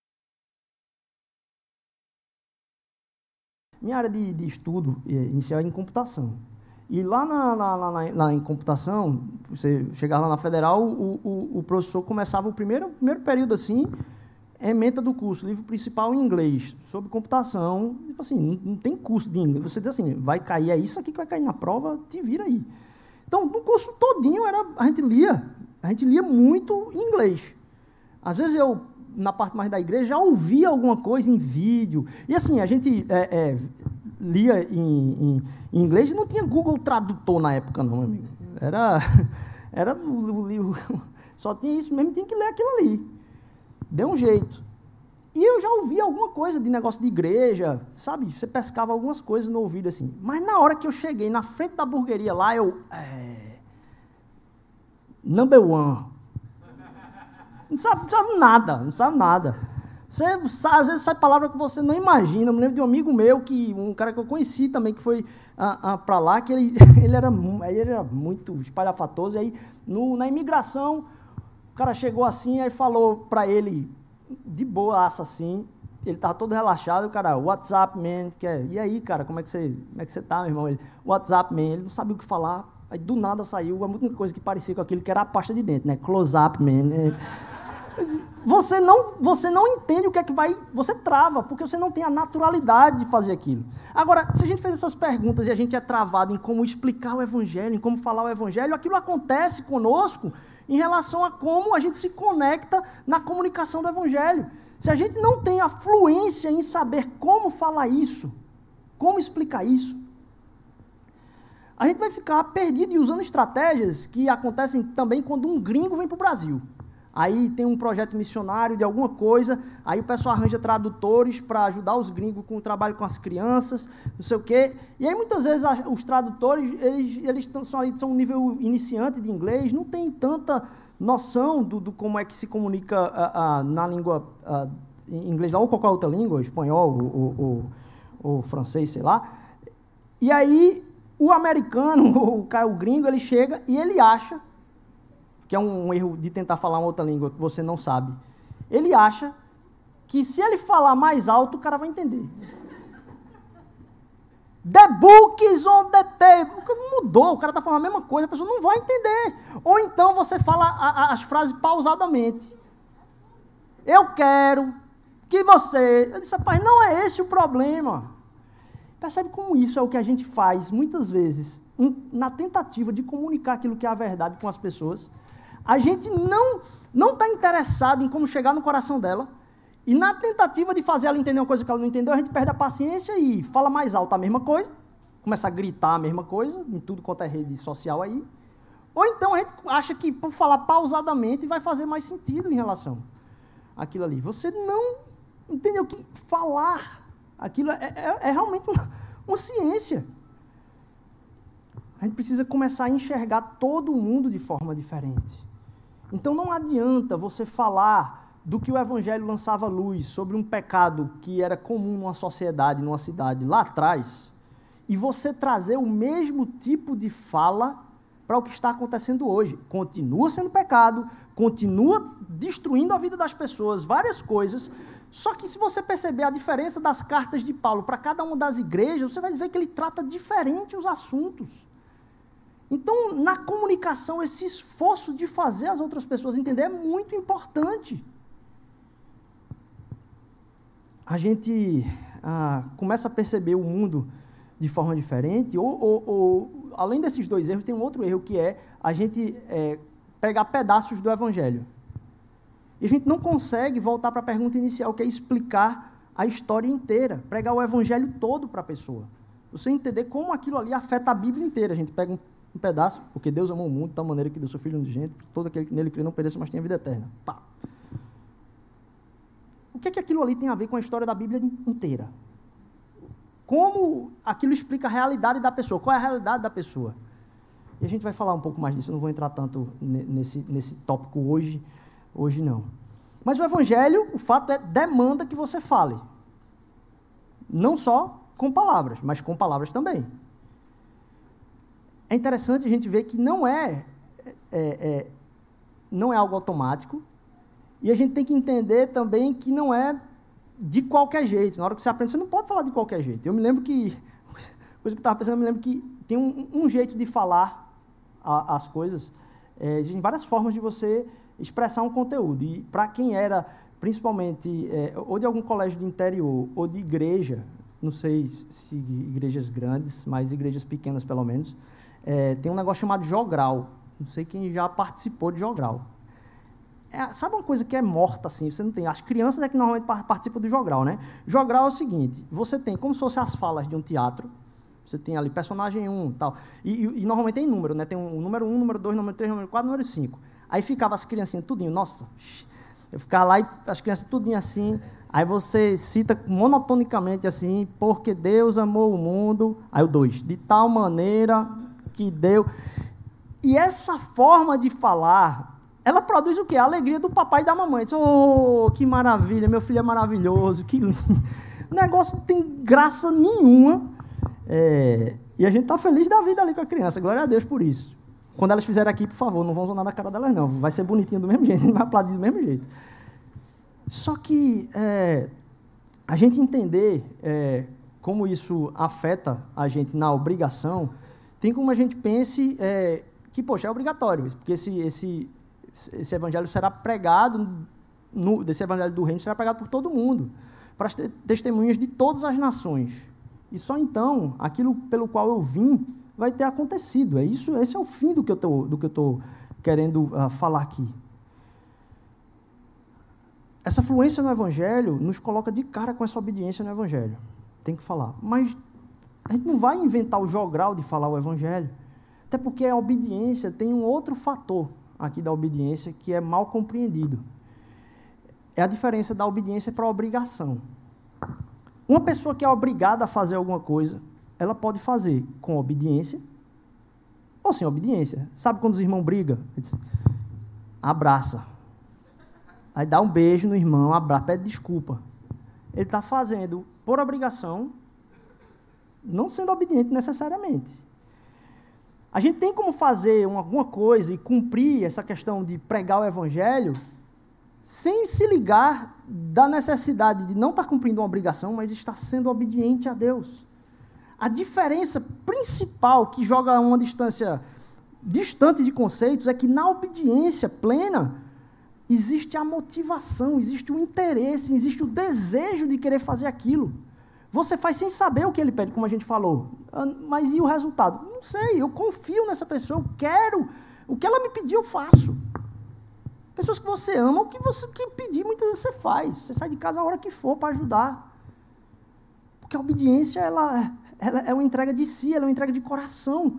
Minha área de estudo inicial é em computação. E lá em computação, você chegar lá na Federal, o professor começava o primeiro período assim, ementa do curso, livro principal em inglês, sobre computação. Tipo assim, não tem curso de inglês. Você diz assim, vai cair, é isso aqui que vai cair na prova, te vira aí. Então, no curso todinho, a gente lia muito em inglês. Às vezes eu, na parte mais da igreja, já ouvia alguma coisa em vídeo. E assim, a gente lia em inglês e não tinha Google Tradutor na época, não, meu amigo. Era o livro, só tinha isso mesmo, tinha que ler aquilo ali. Deu um jeito. E eu já ouvi alguma coisa de negócio de igreja, sabe? Você pescava algumas coisas no ouvido assim. Mas na hora que eu cheguei na frente da hamburgueria lá, number one. Não sabe nada, não sabe nada. Você, às vezes sai palavra que você não imagina. Eu me lembro de um amigo meu, um cara que eu conheci também, que foi para lá, que ele era muito espalhafatoso. E aí, na imigração, o cara chegou assim, aí falou para ele, de boaça assim, ele estava todo relaxado, o cara, what's up, man? E aí, cara, como é que você tá, meu irmão? Ele, what's up, man? Ele não sabia o que falar, aí do nada saiu a única coisa que parecia com aquilo que era a pasta de dente, né? Close up, man. Você não entende o que é que vai... Você trava, porque você não tem a naturalidade de fazer aquilo. Agora, se a gente fez essas perguntas e a gente é travado em como explicar o Evangelho, em como falar o Evangelho, aquilo acontece conosco em relação a como a gente se conecta na comunicação do Evangelho. Se a gente não tem a fluência em saber como falar isso, como explicar isso, a gente vai ficar perdido e usando estratégias que acontecem também quando um gringo vem para o Brasil. Aí tem um projeto missionário de alguma coisa, aí o pessoal arranja tradutores para ajudar os gringos com o trabalho com as crianças, não sei o quê. E aí muitas vezes os tradutores, eles são um nível iniciante de inglês, não tem tanta noção do como é que se comunica na língua em inglês, ou qualquer outra língua, espanhol ou francês, sei lá. E aí o americano, o gringo, ele chega e ele acha, que é um erro de tentar falar uma outra língua que você não sabe, ele acha que se ele falar mais alto, o cara vai entender. The book is on the table. Mudou, o cara está falando a mesma coisa, a pessoa não vai entender. Ou então você fala as frases pausadamente. Eu quero que você... Eu disse, rapaz, não é esse o problema. Percebe como isso é o que a gente faz, muitas vezes, na tentativa de comunicar aquilo que é a verdade com as pessoas. A gente não está interessado em como chegar no coração dela, e na tentativa de fazer ela entender uma coisa que ela não entendeu, a gente perde a paciência e fala mais alto a mesma coisa, começa a gritar a mesma coisa, em tudo quanto é rede social aí, ou então a gente acha que por falar pausadamente vai fazer mais sentido em relação àquilo ali. Você não entendeu que falar aquilo é realmente uma ciência. A gente precisa começar a enxergar todo mundo de forma diferente. Então não adianta você falar do que o Evangelho lançava luz sobre um pecado que era comum numa sociedade, numa cidade lá atrás, e você trazer o mesmo tipo de fala para o que está acontecendo hoje. Continua sendo pecado, continua destruindo a vida das pessoas, várias coisas, só que se você perceber a diferença das cartas de Paulo para cada uma das igrejas, você vai ver que ele trata diferente os assuntos. Então, na comunicação, esse esforço de fazer as outras pessoas entender é muito importante. A gente começa a perceber o mundo de forma diferente, ou além desses dois erros, tem um outro erro, que é a gente pegar pedaços do Evangelho. E a gente não consegue voltar para a pergunta inicial, que é explicar a história inteira, pregar o Evangelho todo para a pessoa. Você entender como aquilo ali afeta a Bíblia inteira. A gente pega um pedaço, porque Deus amou o mundo de tal maneira que deu seu Filho unigênito, para todo aquele que nele crê não pereça, mas tenha vida eterna. Pá. O que é que aquilo ali tem a ver com a história da Bíblia inteira? Como aquilo explica a realidade da pessoa? Qual é a realidade da pessoa? E a gente vai falar um pouco mais disso, eu não vou entrar tanto nesse tópico hoje não. Mas o Evangelho, o fato demanda que você fale. Não só com palavras, mas com palavras também. É interessante a gente ver que não é algo automático, e a gente tem que entender também que não é de qualquer jeito. Na hora que você aprende, você não pode falar de qualquer jeito. Eu me lembro que, coisa que eu estava pensando, eu me lembro que tem um jeito de falar as coisas. Existem várias formas de você expressar um conteúdo, e para quem era, principalmente, ou de algum colégio de interior, ou de igreja, não sei se igrejas grandes, mas igrejas pequenas pelo menos, tem um negócio chamado jogral. Não sei quem já participou de jogral. Sabe uma coisa que é morta assim? Você não tem. As crianças é que normalmente participam do jogral, né? Jogral é o seguinte: você tem como se fossem as falas de um teatro. Você tem ali personagem 1 e tal. E normalmente tem número, né? Tem o número 1, número 2, número 3, número 4, número 5. Aí ficava as criancinhas tudinho. Nossa, eu ficava lá e as crianças tudinho assim. Aí você cita monotonicamente assim, porque Deus amou o mundo. Aí o 2, de tal maneira que deu. E essa forma de falar, ela produz o quê? A alegria do papai e da mamãe. Diz, oh, que maravilha, meu filho é maravilhoso, que lindo. O negócio não tem graça nenhuma. E a gente está feliz da vida ali com a criança, glória a Deus por isso. Quando elas fizerem aqui, por favor, não vão zonar na cara delas não, vai ser bonitinho do mesmo jeito, vai aplaudir do mesmo jeito. Só que a gente entender como isso afeta a gente na obrigação, tem como a gente pense que, poxa, é obrigatório, porque esse evangelho será pregado, desse evangelho do reino será pregado por todo mundo, para as testemunhas de todas as nações. E só então, aquilo pelo qual eu vim, vai ter acontecido. Esse é o fim do que eu estou querendo falar aqui. Essa fluência no Evangelho nos coloca de cara com essa obediência no Evangelho. Tem que falar. Mas a gente não vai inventar o jogral de falar o Evangelho. Até porque a obediência tem um outro fator aqui da obediência que é mal compreendido. É a diferença da obediência para a obrigação. Uma pessoa que é obrigada a fazer alguma coisa, ela pode fazer com obediência ou sem obediência. Sabe quando os irmãos brigam? Abraça. Aí dá um beijo no irmão, abraça, pede desculpa. Ele está fazendo por obrigação, não sendo obediente necessariamente. A gente tem como fazer alguma coisa e cumprir essa questão de pregar o Evangelho sem se ligar da necessidade de não estar cumprindo uma obrigação, mas de estar sendo obediente a Deus. A diferença principal que joga uma distância distante de conceitos é que na obediência plena existe a motivação, existe o interesse, existe o desejo de querer fazer aquilo. Você faz sem saber o que ele pede, como a gente falou. Mas e o resultado? Não sei, eu confio nessa pessoa, eu quero, o que ela me pediu eu faço. Pessoas que você ama, o que você pedir, muitas vezes você faz. Você sai de casa a hora que for para ajudar. Porque a obediência, ela é uma entrega de si, ela é uma entrega de coração.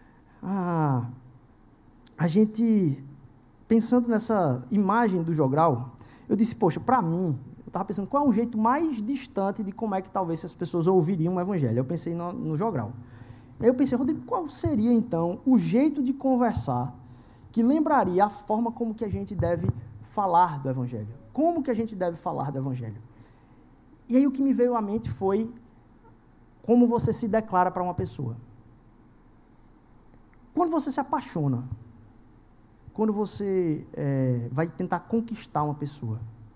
A gente, pensando nessa imagem do jogral, eu disse, poxa, para mim, eu estava pensando qual é o jeito mais distante de como é que talvez as pessoas ouviriam o Evangelho. Eu pensei no jogral. Aí eu pensei, Rodrigo, qual seria então o jeito de conversar que lembraria a forma como que a gente deve falar do Evangelho? Como que a gente deve falar do Evangelho? E aí o que me veio à mente foi como você se declara para uma pessoa. Quando você se apaixona, quando você vai tentar conquistar uma pessoa,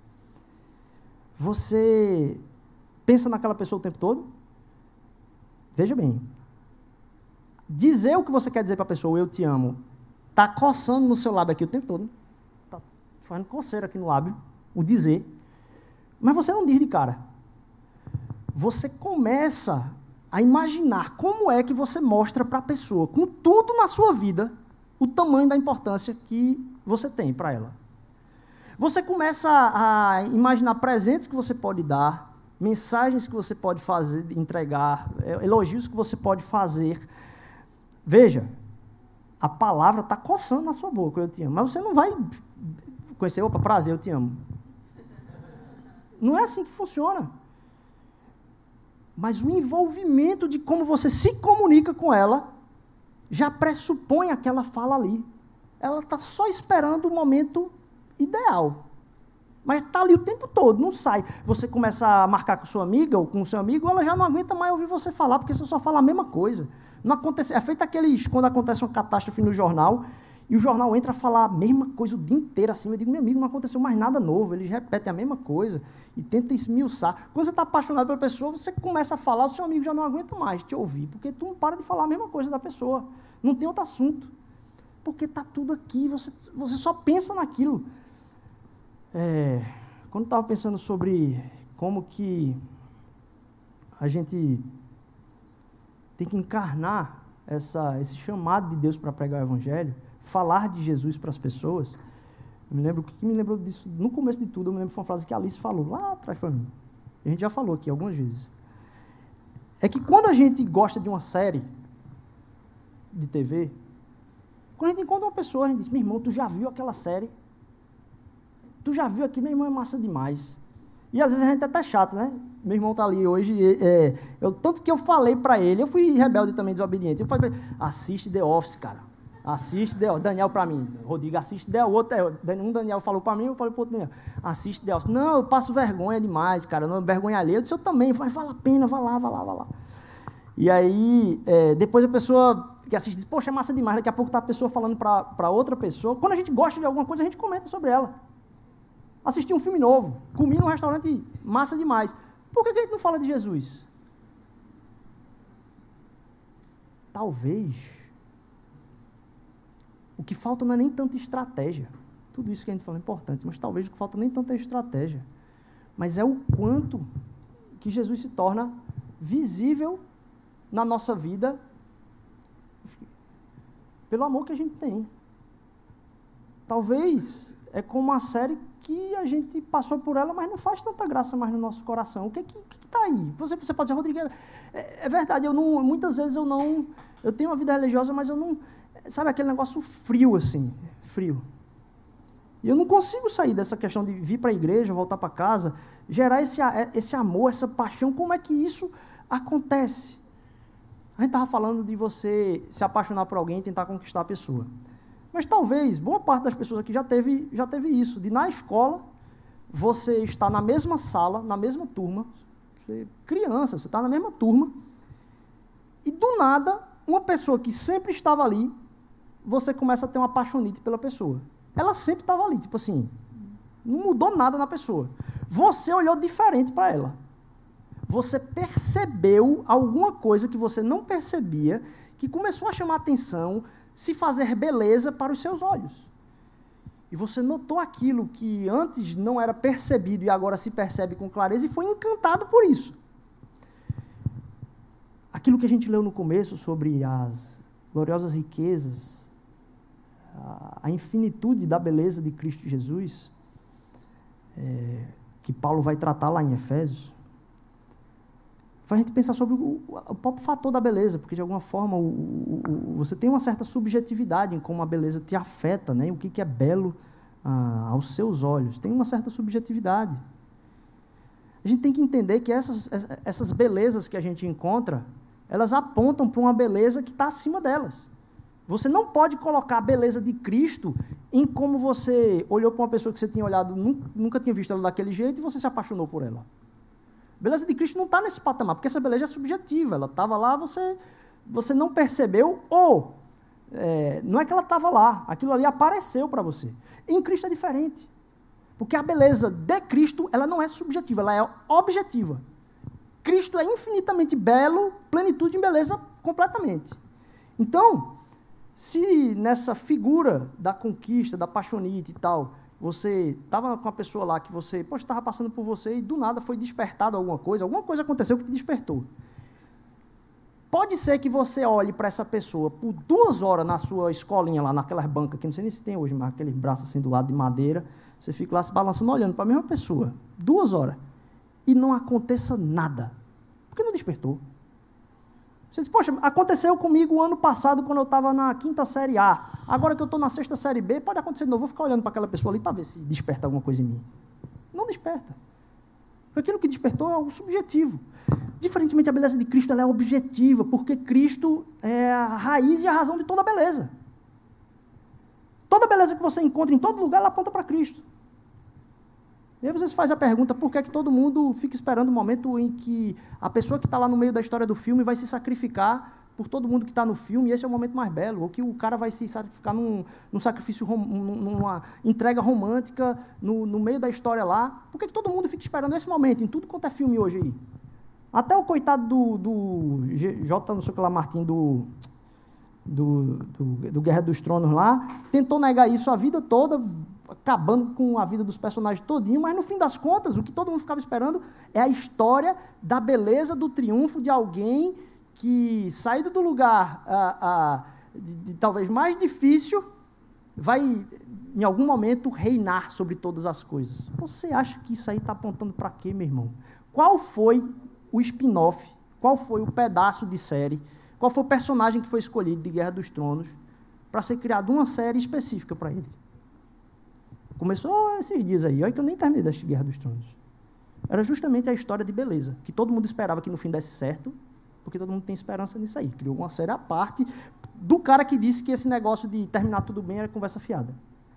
você pensa naquela pessoa o tempo todo? Veja bem, dizer o que você quer dizer para a pessoa, eu te amo, está coçando no seu lábio aqui o tempo todo, está fazendo coceira aqui no lábio, o dizer, mas você não diz de cara. Você começa a imaginar como é que você mostra para a pessoa, com tudo na sua vida, o tamanho da importância que você tem para ela. Você começa a imaginar presentes que você pode dar, mensagens que você pode fazer, entregar, elogios que você pode fazer. Veja, a palavra está coçando na sua boca, eu te amo, mas você não vai conhecer, opa, prazer, eu te amo. Não é assim que funciona. Mas o envolvimento de como você se comunica com ela já pressupõe aquela fala ali. Ela está só esperando o momento ideal. Mas está ali o tempo todo, não sai. Você começa a marcar com sua amiga ou com o seu amigo, ela já não aguenta mais ouvir você falar, porque você só fala a mesma coisa. Não acontece, é feito quando acontece uma catástrofe no jornal, e o jornal entra a falar a mesma coisa o dia inteiro assim. Eu digo, meu amigo, não aconteceu mais nada novo, eles repetem a mesma coisa e tentam esmiuçar. Quando você está apaixonado pela pessoa, você começa a falar, o seu amigo já não aguenta mais te ouvir, porque tu não para de falar a mesma coisa da pessoa, não tem outro assunto, porque está tudo aqui, você só pensa naquilo. Quando eu estava pensando sobre como que a gente tem que encarnar esse chamado de Deus para pregar o Evangelho, falar de Jesus para as pessoas, o que me lembrou disso, no começo de tudo, eu me lembro de uma frase que a Alice falou lá atrás para mim, a gente já falou aqui algumas vezes, é que quando a gente gosta de uma série de TV, quando a gente encontra uma pessoa, a gente diz, meu irmão, tu já viu aquela série? Tu já viu aqui, meu irmão, é massa demais. E às vezes a gente é até chato, né? Meu irmão está ali hoje, tanto que eu falei para ele, eu fui rebelde também, desobediente. Eu falei para ele, assiste The Office, cara. Assiste The Office. Daniel para mim, Rodrigo, assiste The Office. Um Daniel falou para mim, eu falei para o outro Daniel, assiste The Office. Não, eu passo vergonha demais, cara, não, vergonha alheia. Eu disse, eu também. Eu falei, vale a pena, vai lá. E aí, depois a pessoa que assiste diz, poxa, é massa demais. Daqui a pouco está a pessoa falando para outra pessoa. Quando a gente gosta de alguma coisa, a gente comenta sobre ela. Assisti um filme novo, comi num restaurante massa demais. Por que a gente não fala de Jesus? Talvez o que falta não é nem tanta estratégia. Tudo isso que a gente fala é importante, mas talvez o que falta nem tanta estratégia. Mas é o quanto que Jesus se torna visível na nossa vida pelo amor que a gente tem. Talvez é como uma série que a gente passou por ela, mas não faz tanta graça mais no nosso coração. O que está aí? Você pode dizer, Rodrigo, é verdade, muitas vezes eu tenho uma vida religiosa, mas eu não, sabe aquele negócio frio assim, frio. E eu não consigo sair dessa questão de vir para a igreja, voltar para casa, gerar esse amor, essa paixão. Como é que isso acontece? A gente estava falando de você se apaixonar por alguém e tentar conquistar a pessoa. Mas talvez, boa parte das pessoas aqui já teve isso, de na escola, você está na mesma sala, na mesma turma, criança, você está na mesma turma, e do nada, uma pessoa que sempre estava ali, você começa a ter uma apaixonite pela pessoa. Ela sempre estava ali, tipo assim, não mudou nada na pessoa. Você olhou diferente para ela. Você percebeu alguma coisa que você não percebia, que começou a chamar a atenção, se fazer beleza para os seus olhos. E você notou aquilo que antes não era percebido e agora se percebe com clareza e foi encantado por isso. Aquilo que a gente leu no começo sobre as gloriosas riquezas, a infinitude da beleza de Cristo Jesus, que Paulo vai tratar lá em Efésios, faz a gente pensar sobre o próprio fator da beleza, porque de alguma forma você tem uma certa subjetividade em como a beleza te afeta, né? O que é belo aos seus olhos, tem uma certa subjetividade. A gente tem que entender que essas belezas que a gente encontra, elas apontam para uma beleza que está acima delas. Você não pode colocar a beleza de Cristo em como você olhou para uma pessoa que você tinha olhado, nunca tinha visto ela daquele jeito e você se apaixonou por ela. A beleza de Cristo não está nesse patamar, porque essa beleza é subjetiva, ela estava lá, você não percebeu, ou não é que ela estava lá, aquilo ali apareceu para você. Em Cristo é diferente, porque a beleza de Cristo, ela não é subjetiva, ela é objetiva. Cristo é infinitamente belo, plenitude em beleza completamente. Então, se nessa figura da conquista, da paixonite e tal, você estava com uma pessoa lá que você, estava passando por você e do nada foi despertado alguma coisa aconteceu que te despertou. Pode ser que você olhe para essa pessoa por 2 horas na sua escolinha lá, naquelas bancas que não sei nem se tem hoje, mas aqueles braços assim do lado de madeira, você fica lá se balançando, olhando para a mesma pessoa, 2 horas, e não aconteça nada. Por que não despertou? Você diz, poxa, aconteceu comigo o ano passado, quando eu estava na 5ª série A. Agora que eu estou na 6ª série B, pode acontecer de novo. Vou ficar olhando para aquela pessoa ali para ver se desperta alguma coisa em mim. Não desperta. Aquilo que despertou é algo subjetivo. Diferentemente, a beleza de Cristo ela é objetiva, porque Cristo é a raiz e a razão de toda a beleza. Toda beleza que você encontra em todo lugar, ela aponta para Cristo. E aí você se faz a pergunta, por que é que todo mundo fica esperando o momento em que a pessoa que está lá no meio da história do filme vai se sacrificar por todo mundo que está no filme, e esse é o momento mais belo, ou que o cara vai se sacrificar num sacrifício, numa entrega romântica, no meio da história lá. Por que todo mundo fica esperando esse momento, em tudo quanto é filme hoje aí? Até o coitado do J. não sei o que lá, Martim, do Guerra dos Tronos lá, tentou negar isso a vida toda, acabando com a vida dos personagens todinho, mas no fim das contas, o que todo mundo ficava esperando é a história da beleza do triunfo de alguém que, saído do lugar de talvez mais difícil, vai, em algum momento, reinar sobre todas as coisas. Você acha que isso aí está apontando para quê, meu irmão? Qual foi o spin-off? Qual foi o pedaço de série? Qual foi o personagem que foi escolhido de Guerra dos Tronos para ser criado uma série específica para ele? Começou esses dias aí, olha que eu nem terminei da Guerra dos Tronos. era justamente a história de beleza, que todo mundo esperava que no fim desse certo, porque todo mundo tem esperança nisso aí. Criou uma série à parte do cara que disse que esse negócio de terminar tudo bem era conversa fiada.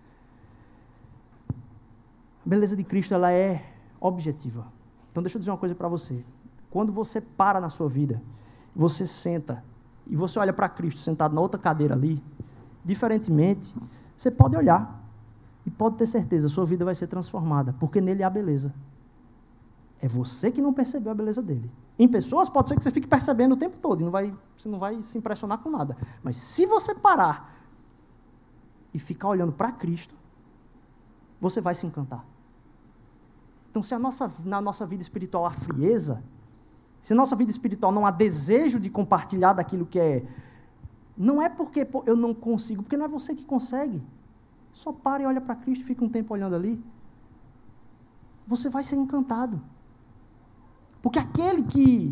A beleza de Cristo, ela é objetiva. Então, deixa eu dizer uma coisa para você. Quando você para na sua vida, você senta, e você olha para Cristo sentado na outra cadeira ali, diferentemente, você pode olhar, e pode ter certeza, a sua vida vai ser transformada, porque nele há beleza. É você que não percebeu a beleza dele. Em pessoas, pode ser que você fique percebendo o tempo todo, e você não vai se impressionar com nada. Mas se você parar e ficar olhando para Cristo, você vai se encantar. Então, se na nossa vida espiritual há frieza, se na nossa vida espiritual não há desejo de compartilhar daquilo que é, não é porque eu não consigo, porque não é você que consegue. Só para e olha para Cristo e fica um tempo olhando ali. Você vai ser encantado. Porque aquele que,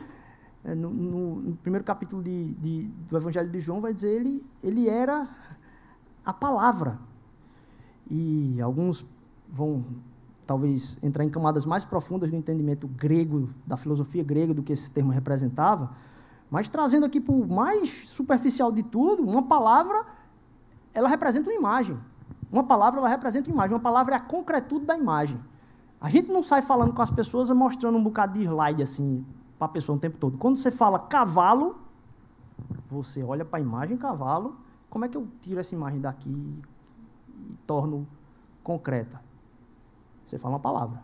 no primeiro capítulo do Evangelho de João, vai dizer, ele era a palavra. E alguns vão, talvez, entrar em camadas mais profundas do entendimento grego, da filosofia grega, do que esse termo representava, mas trazendo aqui para o mais superficial de tudo, uma palavra, ela representa uma imagem. Uma palavra, ela representa uma imagem. Uma palavra é a concretude da imagem. A gente não sai falando com as pessoas mostrando um bocado de slide assim para a pessoa o tempo todo. Quando você fala cavalo, você olha para a imagem cavalo, como é que eu tiro essa imagem daqui e torno concreta? Você fala uma palavra.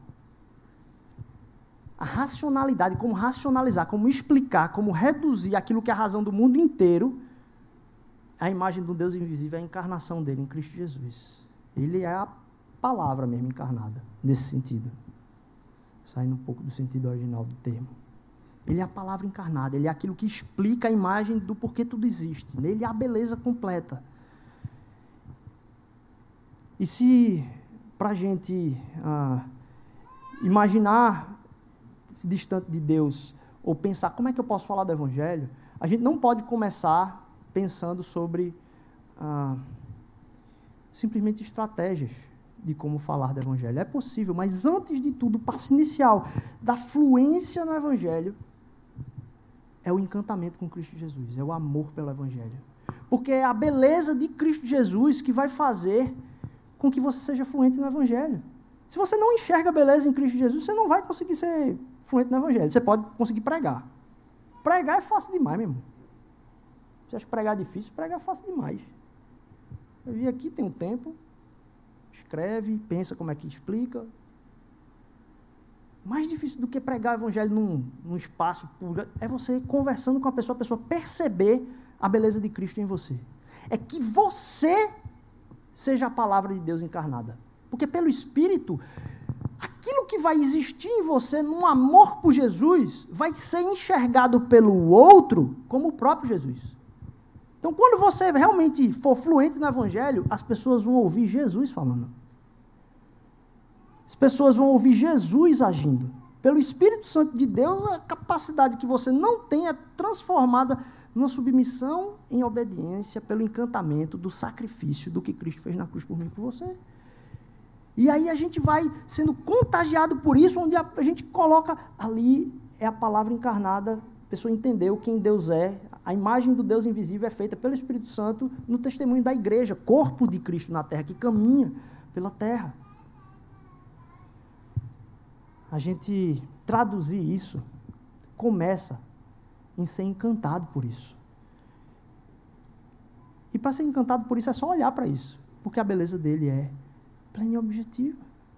A racionalidade, como racionalizar, como explicar, como reduzir aquilo que é a razão do mundo inteiro, a imagem do Deus invisível é a encarnação dele em Cristo Jesus. Ele é a palavra mesmo encarnada, nesse sentido. Saindo um pouco do sentido original do termo. Ele é a palavra encarnada, ele é aquilo que explica a imagem do porquê tudo existe. Nele há a beleza completa. E se, para a gente imaginar se distante de Deus, ou pensar como é que eu posso falar do Evangelho, a gente não pode começar pensando sobre simplesmente estratégias de como falar do Evangelho. É possível, mas antes de tudo, o passo inicial da fluência no Evangelho é o encantamento com Cristo Jesus, é o amor pelo Evangelho. Porque é a beleza de Cristo Jesus que vai fazer com que você seja fluente no Evangelho. Se você não enxerga a beleza em Cristo Jesus, você não vai conseguir ser fluente no Evangelho. Você pode conseguir pregar. Pregar é fácil demais, meu irmão. Você acha que pregar é difícil? Pregar é fácil demais. Eu vim aqui, tem um tempo, escreve, pensa como é que explica. Mais difícil do que pregar o Evangelho num espaço público é você conversando com a pessoa perceber a beleza de Cristo em você. É que você seja a palavra de Deus encarnada. Porque pelo Espírito, aquilo que vai existir em você, num amor por Jesus, vai ser enxergado pelo outro como o próprio Jesus. Então, quando você realmente for fluente no Evangelho, as pessoas vão ouvir Jesus falando. As pessoas vão ouvir Jesus agindo. Pelo Espírito Santo de Deus, a capacidade que você não tem é transformada numa submissão em obediência pelo encantamento do sacrifício do que Cristo fez na cruz por mim e por você. E aí a gente vai sendo contagiado por isso, onde a gente coloca ali, é a palavra encarnada, a pessoa entendeu quem Deus é, a imagem do Deus invisível é feita pelo Espírito Santo no testemunho da igreja, corpo de Cristo na terra, que caminha pela terra. A gente traduzir isso começa em ser encantado por isso. E para ser encantado por isso é só olhar para isso, porque a beleza dele é plena e objetiva.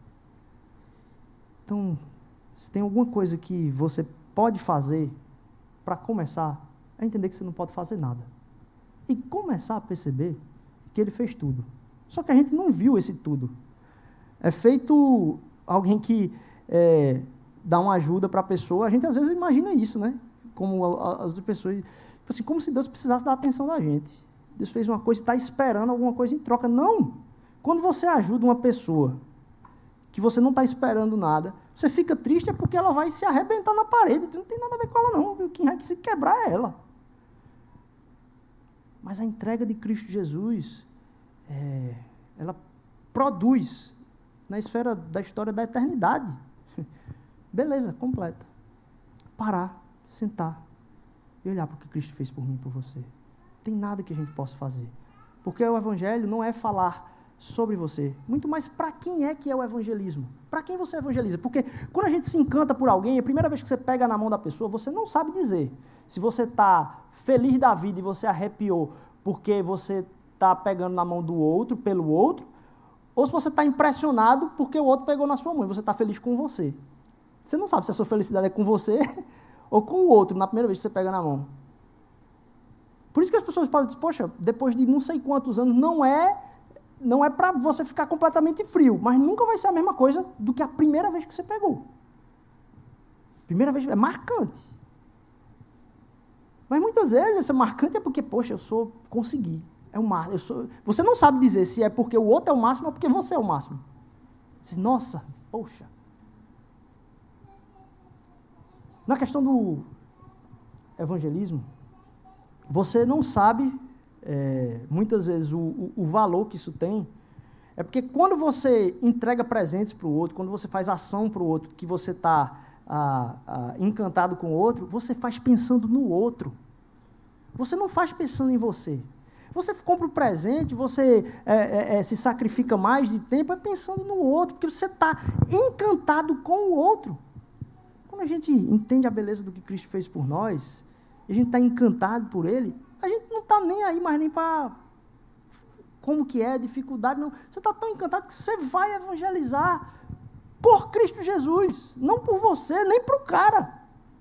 Então, se tem alguma coisa que você pode fazer para começar, é entender que você não pode fazer nada. E começar a perceber que ele fez tudo. Só que a gente não viu esse tudo. É feito alguém que dá uma ajuda para a pessoa, a gente às vezes imagina isso, né? Como as outras pessoas, tipo assim, como se Deus precisasse da atenção da gente. Deus fez uma coisa e está esperando alguma coisa em troca. Não! Quando você ajuda uma pessoa que você não está esperando nada, você fica triste é porque ela vai se arrebentar na parede. Não tem nada a ver com ela, não. Quem vai se quebrar é ela. Mas a entrega de Cristo Jesus, ela produz na esfera da história da eternidade. beleza, completa. Parar, sentar e olhar para o que Cristo fez por mim e por você. Tem nada que a gente possa fazer. Porque o evangelho não é falar sobre você, muito mais para quem é que é o evangelismo. Para quem você evangeliza? Porque quando a gente se encanta por alguém, a primeira vez que você pega na mão da pessoa, você não sabe dizer se você está feliz da vida e você arrepiou porque você está pegando na mão do outro, pelo outro, ou se você está impressionado porque o outro pegou na sua mão e você está feliz com você. Você não sabe se a sua felicidade é com você ou com o outro, na primeira vez que você pega na mão. Por isso que as pessoas podem dizer, poxa, depois de não sei quantos anos, não é para você ficar completamente frio, mas nunca vai ser a mesma coisa do que a primeira vez que você pegou. Primeira vez é marcante. Mas muitas vezes essa marcante é porque, poxa, consegui. É o máximo. Você não sabe dizer se é porque o outro é o máximo ou porque você é o máximo. Você diz, nossa, poxa. Na questão do evangelismo, você não sabe, muitas vezes, o valor que isso tem. É porque quando você entrega presentes para o outro, quando você faz ação para o outro, que você está encantado com o outro, você faz pensando no outro. Você não faz pensando em você. Você compra um presente, você se sacrifica mais de tempo pensando no outro, porque você está encantado com o outro. Quando a gente entende a beleza do que Cristo fez por nós, e a gente está encantado por Ele, a gente não está nem aí mais nem para como que é, dificuldade, não. Você está tão encantado que você vai evangelizar por Cristo Jesus, não por você, nem para o cara.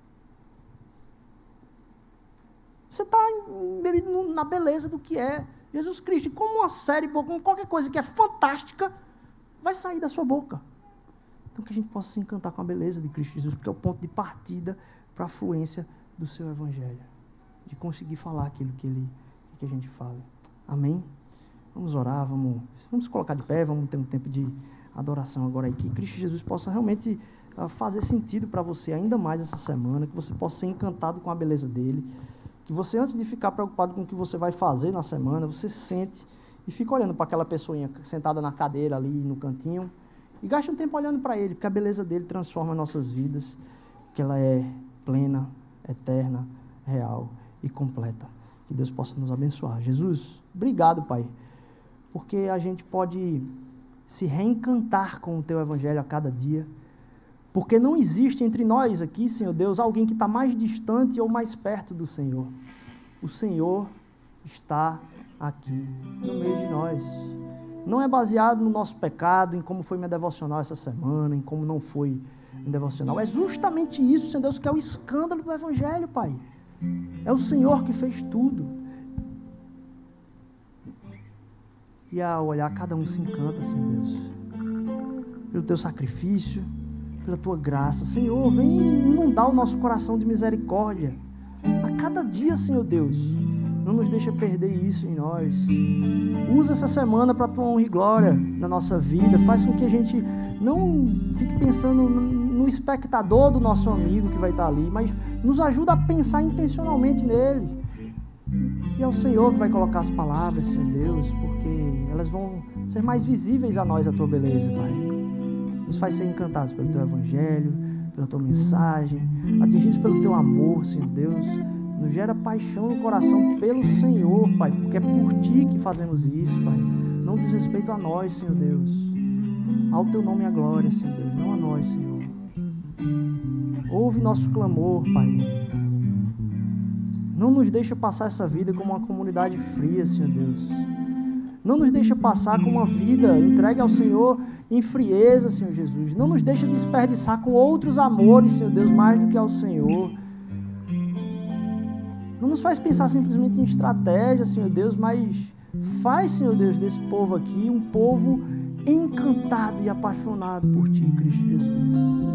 Você está embebido na beleza do que é Jesus Cristo. E como uma série, como qualquer coisa que é fantástica, vai sair da sua boca. Então que a gente possa se encantar com a beleza de Cristo Jesus, porque é o ponto de partida para a fluência do seu evangelho. De conseguir falar aquilo que a gente fala. Amém? Vamos orar, vamos colocar de pé, vamos ter um tempo de adoração agora aí, que Cristo Jesus possa realmente fazer sentido para você ainda mais essa semana, que você possa ser encantado com a beleza dele, que você, antes de ficar preocupado com o que você vai fazer na semana, você sente e fica olhando para aquela pessoinha sentada na cadeira ali no cantinho e gaste um tempo olhando para ele, porque a beleza dele transforma nossas vidas, que ela é plena, eterna, real e completa. Que Deus possa nos abençoar. Jesus, obrigado, Pai, porque a gente pode se reencantar com o Teu Evangelho a cada dia, porque não existe entre nós aqui, Senhor Deus, alguém que está mais distante ou mais perto do Senhor. O Senhor está aqui, no meio de nós. Não é baseado no nosso pecado, em como foi minha devocional essa semana, em como não foi minha devocional. É justamente isso, Senhor Deus, que é o escândalo do Evangelho, Pai. É o Senhor que fez tudo. E ao olhar, cada um se encanta, Senhor Deus, pelo Teu sacrifício, pela Tua graça. Senhor, vem inundar o nosso coração de misericórdia. A cada dia, Senhor Deus, não nos deixa perder isso em nós. Usa essa semana para a Tua honra e glória na nossa vida. Faz com que a gente não fique pensando no espectador do nosso amigo que vai estar ali, mas nos ajuda a pensar intencionalmente nele. E é o Senhor que vai colocar as palavras, Senhor Deus, porque elas vão ser mais visíveis a nós, a Tua beleza, Pai. Nos faz ser encantados pelo Teu Evangelho, pela Tua mensagem, atingidos pelo Teu amor, Senhor Deus. Nos gera paixão no coração pelo Senhor, Pai, porque é por Ti que fazemos isso, Pai. Não diz respeito a nós, Senhor Deus. Ao Teu nome e a glória, Senhor Deus, não a nós, Senhor. Ouve nosso clamor, Pai. Não nos deixa passar essa vida como uma comunidade fria, Senhor Deus. Não nos deixa passar com uma vida entregue ao Senhor em frieza, Senhor Jesus. Não nos deixa desperdiçar com outros amores, Senhor Deus, mais do que ao Senhor. Não nos faz pensar simplesmente em estratégia, Senhor Deus, mas faz, Senhor Deus, desse povo aqui um povo encantado e apaixonado por Ti, Cristo Jesus.